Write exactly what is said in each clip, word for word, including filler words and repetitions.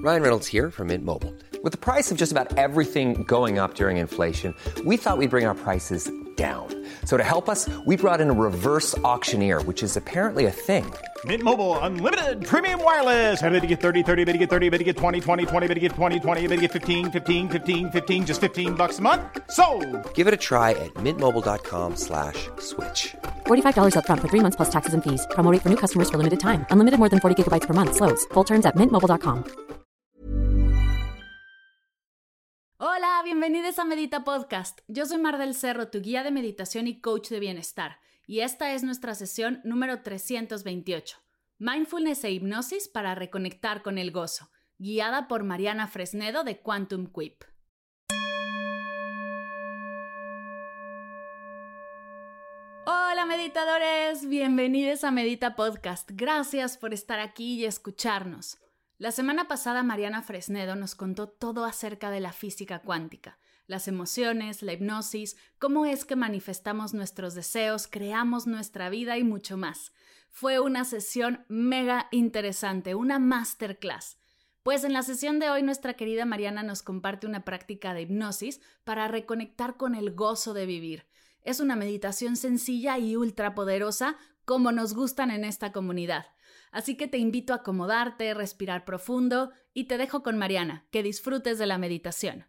Ryan Reynolds here from Mint Mobile. With the price of just about everything going up during inflation, we thought we'd bring our prices down. So to help us, we brought in a reverse auctioneer, which is apparently a thing. Mint Mobile Unlimited Premium Wireless. How to get thirty, thirty, how to get thirty, how to get twenty, twenty, twenty, how to get twenty, twenty, how to get fifteen, fifteen, fifteen, fifteen, just fifteen bucks a month? Sold! Give it a try at mintmobile.com slash switch. forty-five dollars up front for three months plus taxes and fees. Promo rate for new customers for limited time. Unlimited more than forty gigabytes per month. Slows full terms at mint mobile dot com. Hola, bienvenidos a Medita Podcast. Yo soy Mar del Cerro, tu guía de meditación y coach de bienestar. Y esta es nuestra sesión número trescientos veintiocho. Mindfulness e hipnosis para reconectar con el gozo. Guiada por Mariana Fresnedo de Quantum Quip. Hola meditadores, bienvenidos a Medita Podcast. Gracias por estar aquí y escucharnos. La semana pasada Mariana Fresnedo nos contó todo acerca de la física cuántica, las emociones, la hipnosis, cómo es que manifestamos nuestros deseos, creamos nuestra vida y mucho más. Fue una sesión mega interesante, una masterclass. Pues en la sesión de hoy nuestra querida Mariana nos comparte una práctica de hipnosis para reconectar con el gozo de vivir. Es una meditación sencilla y ultra poderosa como nos gustan en esta comunidad. Así que te invito a acomodarte, respirar profundo y te dejo con Mariana. Que disfrutes de la meditación.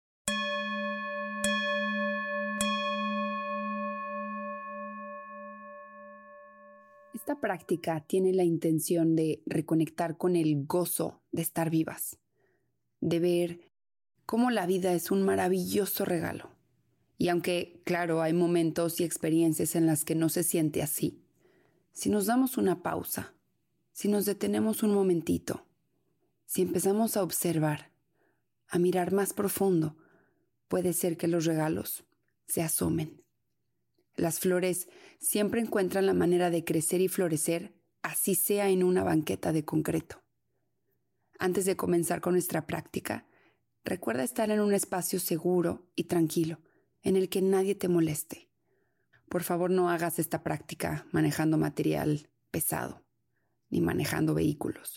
Esta práctica tiene la intención de reconectar con el gozo de estar vivas, de ver cómo la vida es un maravilloso regalo. Y aunque, claro, hay momentos y experiencias en las que no se siente así, si nos damos una pausa, si nos detenemos un momentito, si empezamos a observar, a mirar más profundo, puede ser que los regalos se asomen. Las flores siempre encuentran la manera de crecer y florecer, así sea en una banqueta de concreto. Antes de comenzar con nuestra práctica, recuerda estar en un espacio seguro y tranquilo, en el que nadie te moleste. Por favor, no hagas esta práctica manejando material pesado, ni manejando vehículos.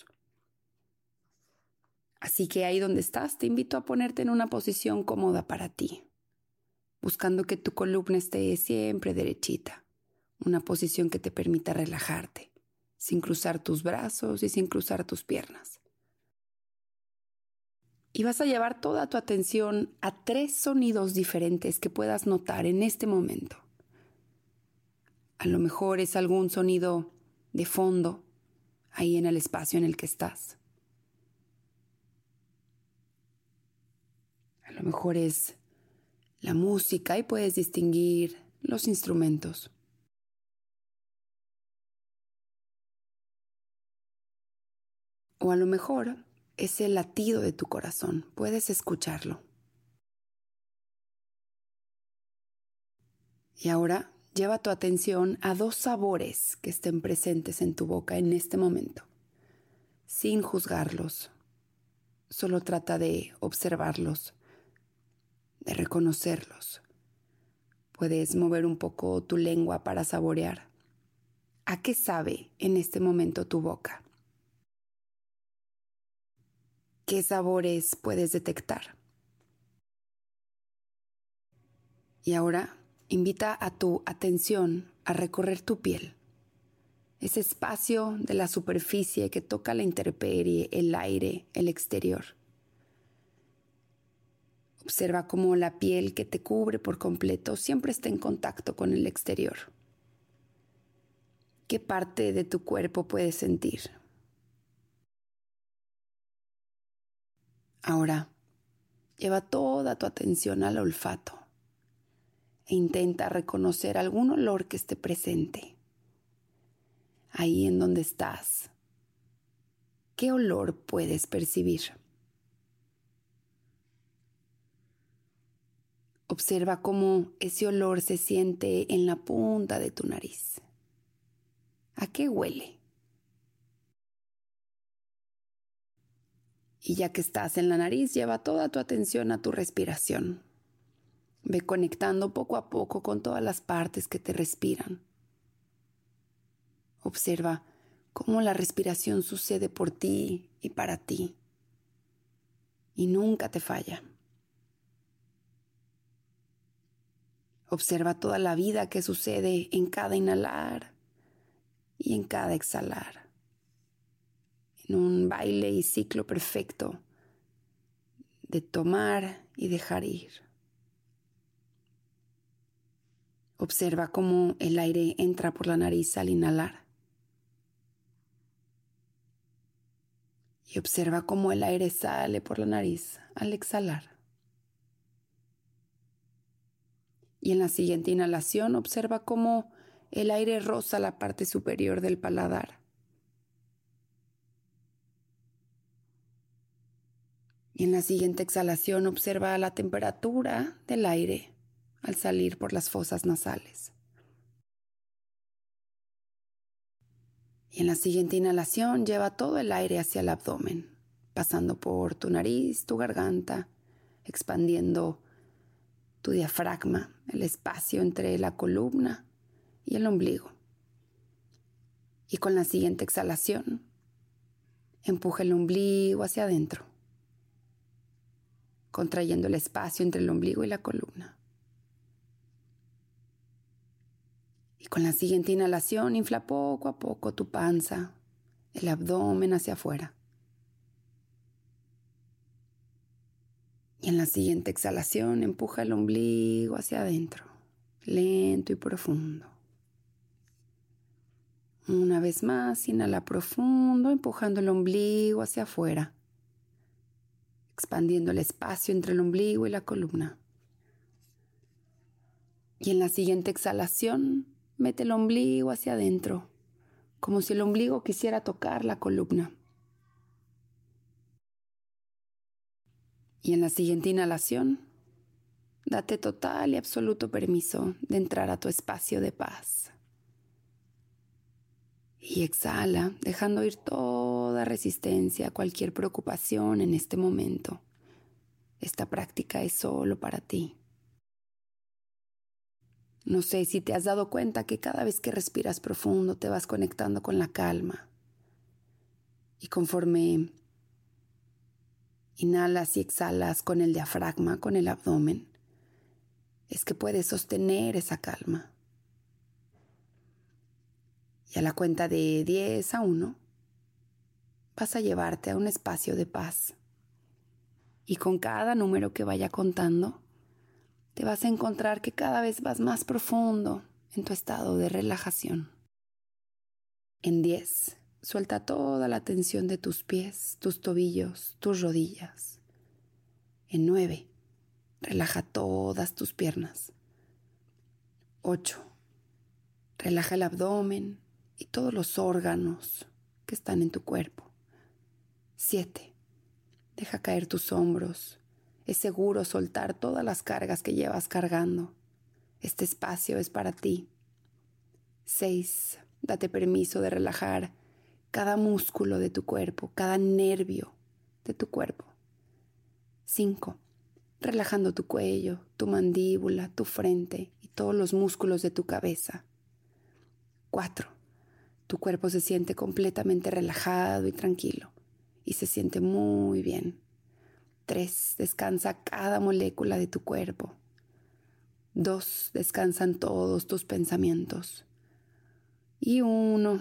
Así que ahí donde estás, te invito a ponerte en una posición cómoda para ti, buscando que tu columna esté siempre derechita, una posición que te permita relajarte, sin cruzar tus brazos y sin cruzar tus piernas. Y vas a llevar toda tu atención a tres sonidos diferentes que puedas notar en este momento. A lo mejor es algún sonido de fondo, ahí en el espacio en el que estás. A lo mejor es la música y puedes distinguir los instrumentos. O a lo mejor es el latido de tu corazón, puedes escucharlo. Y ahora lleva tu atención a dos sabores que estén presentes en tu boca en este momento, sin juzgarlos. Solo trata de observarlos, de reconocerlos. Puedes mover un poco tu lengua para saborear. ¿A qué sabe en este momento tu boca? ¿Qué sabores puedes detectar? Y ahora invita a tu atención a recorrer tu piel, ese espacio de la superficie que toca la intemperie, el aire, el exterior. Observa cómo la piel que te cubre por completo siempre está en contacto con el exterior. ¿Qué parte de tu cuerpo puedes sentir? Ahora, lleva toda tu atención al olfato e intenta reconocer algún olor que esté presente. Ahí en donde estás, ¿qué olor puedes percibir? Observa cómo ese olor se siente en la punta de tu nariz. ¿A qué huele? Y ya que estás en la nariz, lleva toda tu atención a tu respiración. Ve conectando poco a poco con todas las partes que te respiran. Observa cómo la respiración sucede por ti y para ti. y nunca te falla. Observa toda la vida que sucede en cada inhalar y en cada exhalar, en un baile y ciclo perfecto de tomar y dejar ir. Observa cómo el aire entra por la nariz al inhalar. Y observa cómo el aire sale por la nariz al exhalar. Y en la siguiente inhalación observa cómo el aire roza la parte superior del paladar. Y en la siguiente exhalación observa la temperatura del aire al salir por las fosas nasales. Y en la siguiente inhalación lleva todo el aire hacia el abdomen, pasando por tu nariz, tu garganta, expandiendo tu diafragma, el espacio entre la columna y el ombligo. Y con la siguiente exhalación, empuja el ombligo hacia adentro, contrayendo el espacio entre el ombligo y la columna. Y con la siguiente inhalación, infla poco a poco tu panza, el abdomen hacia afuera. Y en la siguiente exhalación, empuja el ombligo hacia adentro, lento y profundo. Una vez más, inhala profundo, empujando el ombligo hacia afuera, expandiendo el espacio entre el ombligo y la columna. Y en la siguiente exhalación, mete el ombligo hacia adentro, como si el ombligo quisiera tocar la columna. Y en la siguiente inhalación, date total y absoluto permiso de entrar a tu espacio de paz. Y exhala, dejando ir toda resistencia, cualquier preocupación en este momento. Esta práctica es solo para ti. No sé si te has dado cuenta que cada vez que respiras profundo te vas conectando con la calma. Y conforme inhalas y exhalas con el diafragma, con el abdomen, es que puedes sostener esa calma. Y a la cuenta de diez a uno, vas a llevarte a un espacio de paz. Y con cada número que vaya contando, te vas a encontrar que cada vez vas más profundo en tu estado de relajación. En diez, suelta toda la tensión de tus pies, tus tobillos, tus rodillas. En nueve, relaja todas tus piernas. ocho, relaja el abdomen y todos los órganos que están en tu cuerpo. siete, deja caer tus hombros. Es seguro soltar todas las cargas que llevas cargando. Este espacio es para ti. seis, date permiso de relajar cada músculo de tu cuerpo, cada nervio de tu cuerpo. cinco, relajando tu cuello, tu mandíbula, tu frente y todos los músculos de tu cabeza. cuatro, tu cuerpo se siente completamente relajado y tranquilo y se siente muy bien. tres, descansa cada molécula de tu cuerpo. dos, descansan todos tus pensamientos. Y uno,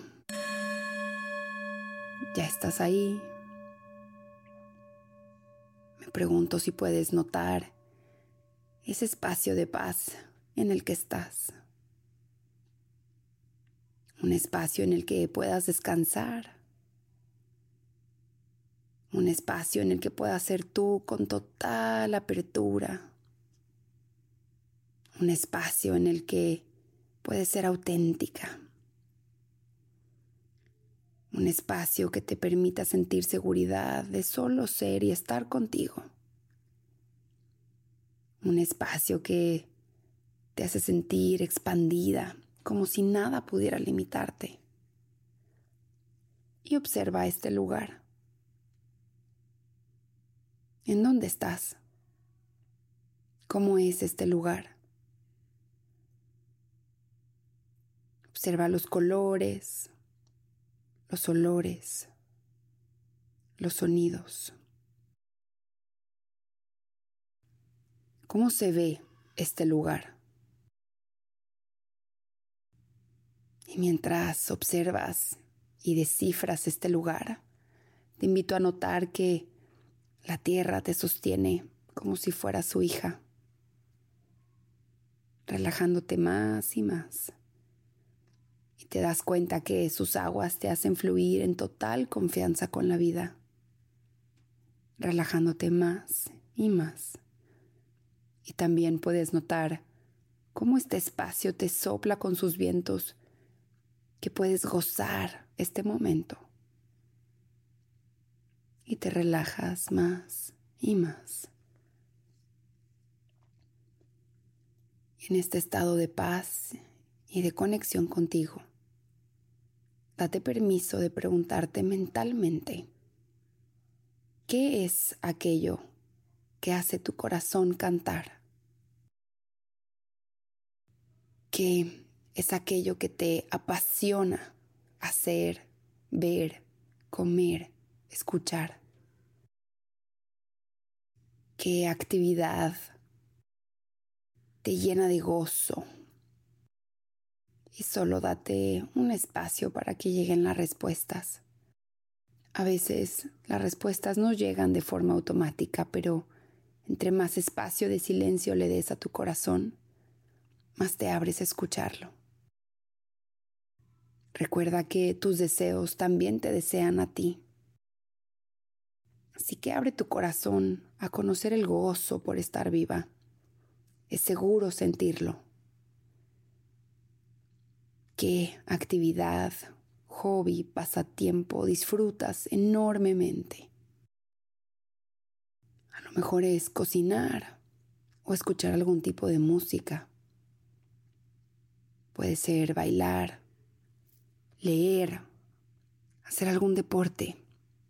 ya estás ahí. Me pregunto si puedes notar ese espacio de paz en el que estás. Un espacio en el que puedas descansar. Un espacio en el que puedas ser tú con total apertura. Un espacio en el que puedes ser auténtica. Un espacio que te permita sentir seguridad de solo ser y estar contigo. Un espacio que te hace sentir expandida, como si nada pudiera limitarte. Y observa este lugar. ¿En dónde estás? ¿Cómo es este lugar? Observa los colores, los olores, los sonidos. ¿Cómo se ve este lugar? Y mientras observas y descifras este lugar, te invito a notar que la tierra te sostiene como si fuera su hija, relajándote más y más. Y te das cuenta que sus aguas te hacen fluir en total confianza con la vida, relajándote más y más. Y también puedes notar cómo este espacio te sopla con sus vientos, que puedes gozar este momento. Y te relajas más y más. Y en este estado de paz y de conexión contigo, date permiso de preguntarte mentalmente, ¿qué es aquello que hace tu corazón cantar? ¿Qué es aquello que te apasiona hacer, ver, comer, escuchar? ¿Qué actividad te llena de gozo? Y solo date un espacio para que lleguen las respuestas. A veces las respuestas no llegan de forma automática, pero entre más espacio de silencio le des a tu corazón, más te abres a escucharlo. Recuerda que tus deseos también te desean a ti. Así que abre tu corazón a conocer el gozo por estar viva. Es seguro sentirlo. ¿Qué actividad, hobby, pasatiempo disfrutas enormemente? A lo mejor es cocinar o escuchar algún tipo de música. Puede ser bailar, leer, hacer algún deporte.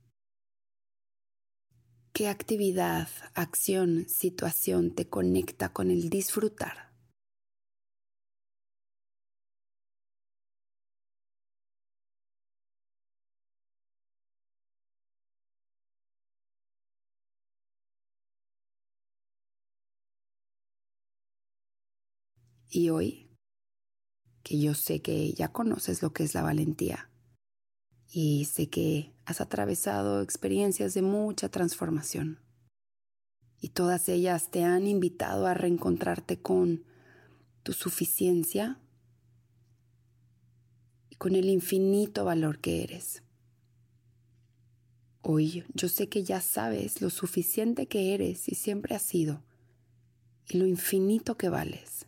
¿Qué actividad, acción, situación te conecta con el disfrutar? Y hoy, que yo sé que ya conoces lo que es la valentía y sé que has atravesado experiencias de mucha transformación y todas ellas te han invitado a reencontrarte con tu suficiencia y con el infinito valor que eres. Hoy yo sé que ya sabes lo suficiente que eres y siempre has sido y lo infinito que vales.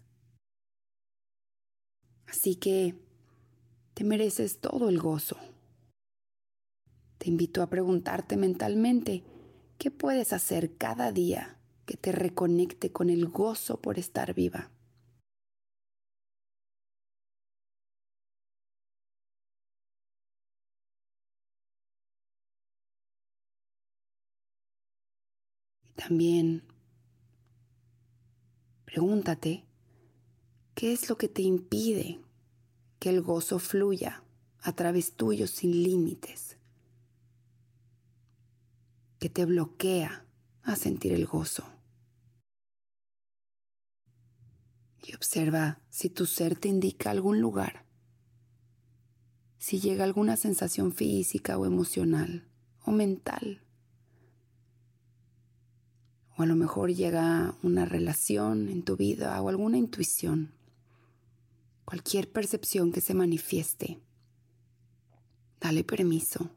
Así que te mereces todo el gozo. Te invito a preguntarte mentalmente, ¿qué puedes hacer cada día que te reconecte con el gozo por estar viva? Y también pregúntate, ¿qué es lo que te impide que el gozo fluya a través tuyo sin límites? ¿Qué te bloquea a sentir el gozo? Y observa si tu ser te indica algún lugar, si llega alguna sensación física o emocional o mental. O a lo mejor llega una relación en tu vida o alguna intuición. Cualquier percepción que se manifieste, dale permiso.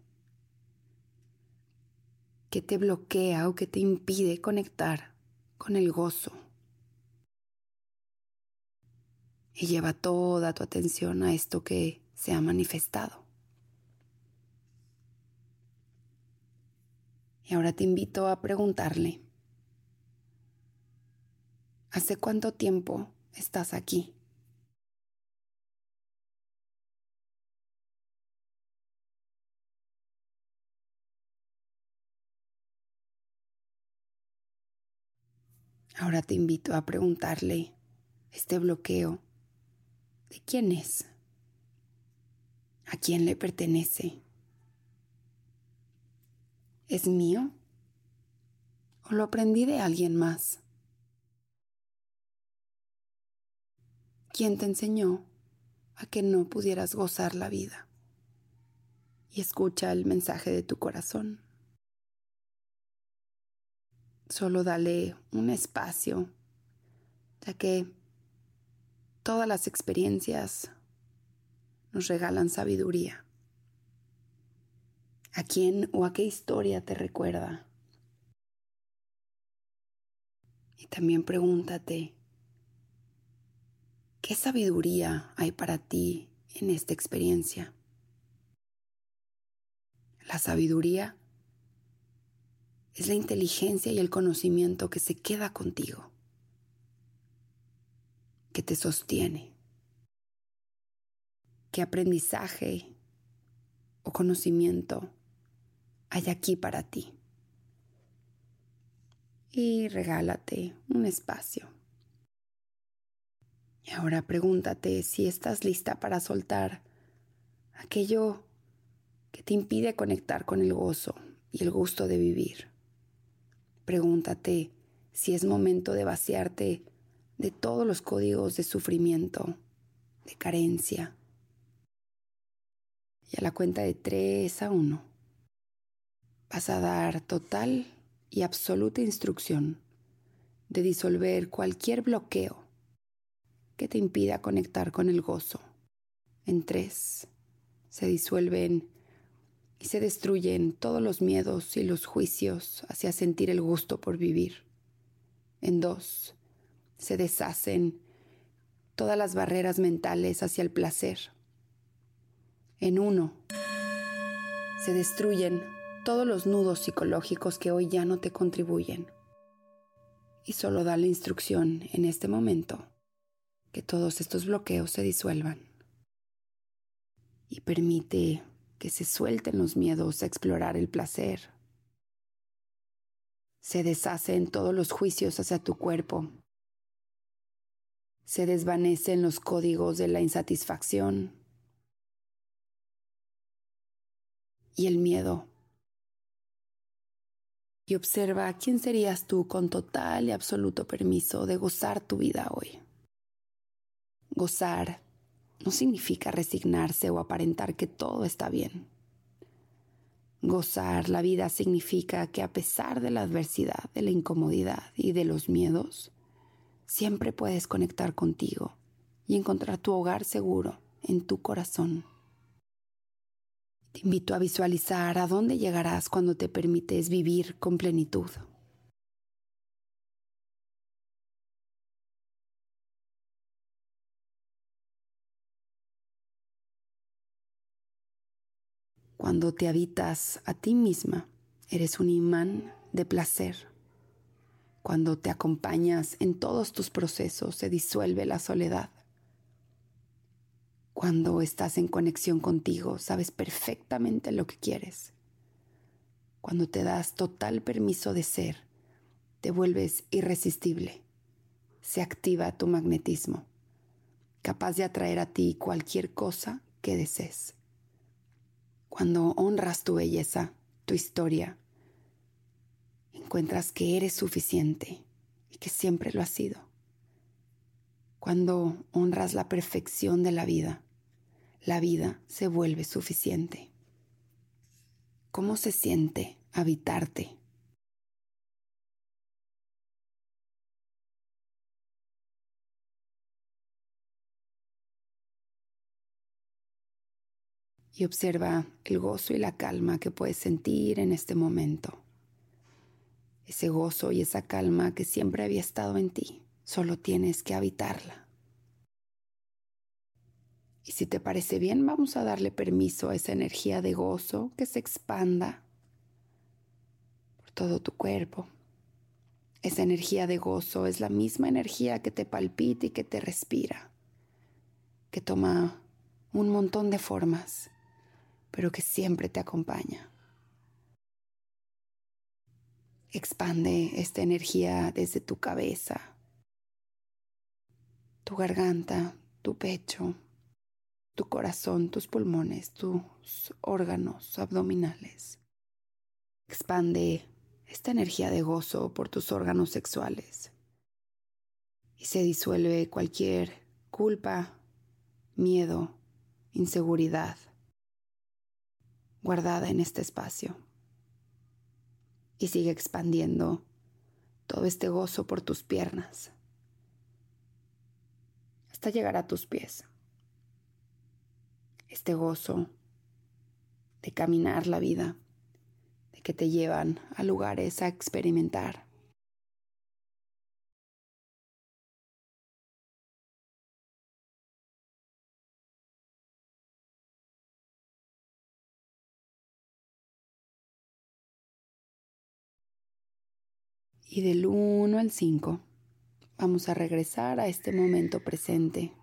¿Qué te bloquea o qué te impide conectar con el gozo? Y lleva toda tu atención a esto que se ha manifestado. Y ahora te invito a preguntarle, ¿hace cuánto tiempo estás aquí? Ahora te invito a preguntarle, ¿este bloqueo de quién es? ¿A quién le pertenece? ¿Es mío? ¿O lo aprendí de alguien más? ¿Quién te enseñó a que no pudieras gozar la vida? Y escucha el mensaje de tu corazón. Solo dale un espacio, ya que todas las experiencias nos regalan sabiduría. ¿A quién o a qué historia te recuerda? Y también pregúntate, ¿qué sabiduría hay para ti en esta experiencia? La sabiduría es la inteligencia y el conocimiento que se queda contigo, que te sostiene. ¿Qué aprendizaje o conocimiento hay aquí para ti? Y regálate un espacio. Y ahora pregúntate si estás lista para soltar aquello que te impide conectar con el gozo y el gusto de vivir. Pregúntate si es momento de vaciarte de todos los códigos de sufrimiento, de carencia. Y a la cuenta de tres a uno, vas a dar total y absoluta instrucción de disolver cualquier bloqueo que te impida conectar con el gozo. En tres, se disuelven y se destruyen todos los miedos y los juicios hacia sentir el gusto por vivir. En dos, se deshacen todas las barreras mentales hacia el placer. En uno, se destruyen todos los nudos psicológicos que hoy ya no te contribuyen. Y solo da la instrucción en este momento que todos estos bloqueos se disuelvan. Y permite que se suelten los miedos a explorar el placer. Se deshacen todos los juicios hacia tu cuerpo. Se desvanecen los códigos de la insatisfacción y el miedo. Y observa quién serías tú con total y absoluto permiso de gozar tu vida hoy. Gozar no significa resignarse o aparentar que todo está bien. Gozar la vida significa que a pesar de la adversidad, de la incomodidad y de los miedos, siempre puedes conectar contigo y encontrar tu hogar seguro en tu corazón. Te invito a visualizar a dónde llegarás cuando te permites vivir con plenitud. Cuando te habitas a ti misma, eres un imán de placer. Cuando te acompañas en todos tus procesos, se disuelve la soledad. Cuando estás en conexión contigo, sabes perfectamente lo que quieres. Cuando te das total permiso de ser, te vuelves irresistible. Se activa tu magnetismo, capaz de atraer a ti cualquier cosa que desees. Cuando honras tu belleza, tu historia, encuentras que eres suficiente y que siempre lo has sido. Cuando honras la perfección de la vida, la vida se vuelve suficiente. ¿Cómo se siente habitarte? Y observa el gozo y la calma que puedes sentir en este momento. Ese gozo y esa calma que siempre había estado en ti, solo tienes que habitarla. Y si te parece bien, vamos a darle permiso a esa energía de gozo que se expanda por todo tu cuerpo. Esa energía de gozo es la misma energía que te palpita y que te respira, que toma un montón de formas, pero que siempre te acompaña. Expande esta energía desde tu cabeza, tu garganta, tu pecho, tu corazón, tus pulmones, tus órganos abdominales. Expande esta energía de gozo por tus órganos sexuales y se disuelve cualquier culpa, miedo, inseguridad, guardada en este espacio. Y sigue expandiendo todo este gozo por tus piernas hasta llegar a tus pies. Este gozo de caminar la vida, de que te llevan a lugares a experimentar. Y del uno al cinco vamos a regresar a este momento presente.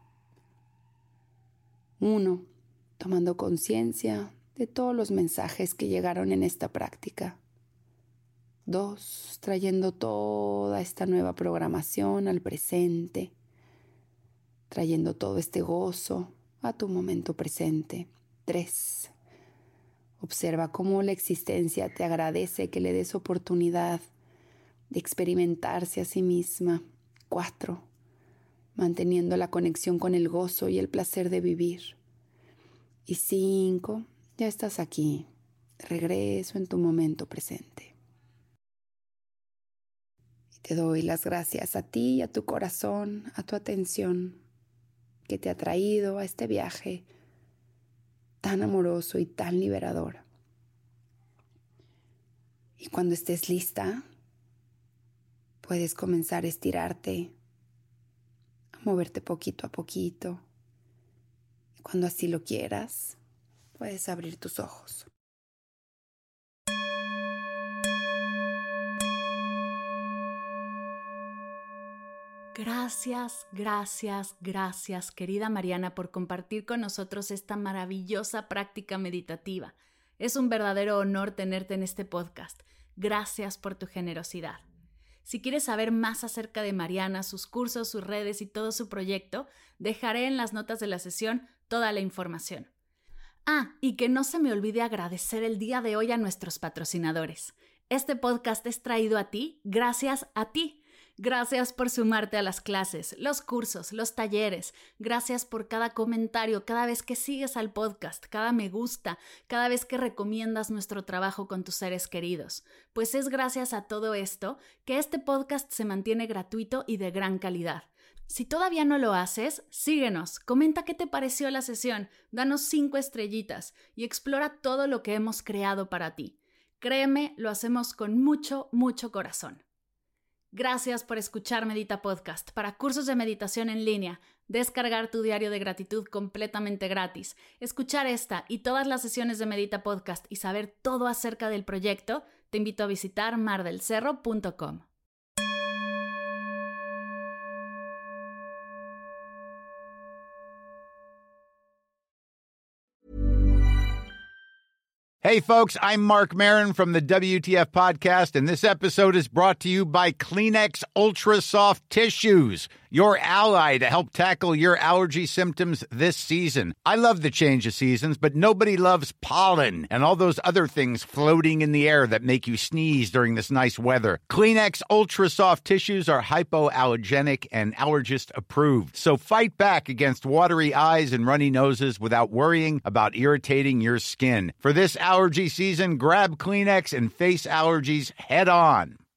uno. Tomando conciencia de todos los mensajes que llegaron en esta práctica. dos. Trayendo toda esta nueva programación al presente. Trayendo todo este gozo a tu momento presente. tres. Observa cómo la existencia te agradece que le des oportunidad de experimentarse a sí misma. cuatro. Manteniendo la conexión con el gozo y el placer de vivir. Y cinco. Ya estás aquí. Regreso en tu momento presente. Y te doy las gracias a ti y a tu corazón, a tu atención, que te ha traído a este viaje tan amoroso y tan liberador. Y cuando estés lista, puedes comenzar a estirarte, a moverte poquito a poquito. Y cuando así lo quieras, puedes abrir tus ojos. Gracias, gracias, gracias, querida Mariana, por compartir con nosotros esta maravillosa práctica meditativa. Es un verdadero honor tenerte en este podcast. Gracias por tu generosidad. Si quieres saber más acerca de Mariana, sus cursos, sus redes y todo su proyecto, dejaré en las notas de la sesión toda la información. Ah, y que no se me olvide agradecer el día de hoy a nuestros patrocinadores. Este podcast es traído a ti gracias a ti. Gracias por sumarte a las clases, los cursos, los talleres. Gracias por cada comentario, cada vez que sigues al podcast, cada me gusta, cada vez que recomiendas nuestro trabajo con tus seres queridos. Pues es gracias a todo esto que este podcast se mantiene gratuito y de gran calidad. Si todavía no lo haces, síguenos, comenta qué te pareció la sesión, danos cinco estrellitas y explora todo lo que hemos creado para ti. Créeme, lo hacemos con mucho, mucho corazón. Gracias por escuchar Medita Podcast. Para cursos de meditación en línea, descargar tu diario de gratitud completamente gratis, escuchar esta y todas las sesiones de Medita Podcast y saber todo acerca del proyecto, te invito a visitar mar del cerro punto com. Hey, folks, I'm Mark Maron from the W T F Podcast, and this episode is brought to you by Kleenex Ultra Soft Tissues, your ally to help tackle your allergy symptoms this season. I love the change of seasons, but nobody loves pollen and all those other things floating in the air that make you sneeze during this nice weather. Kleenex Ultra Soft Tissues are hypoallergenic and allergist approved, so fight back against watery eyes and runny noses without worrying about irritating your skin. For this allergy season, grab Kleenex and face allergies head on.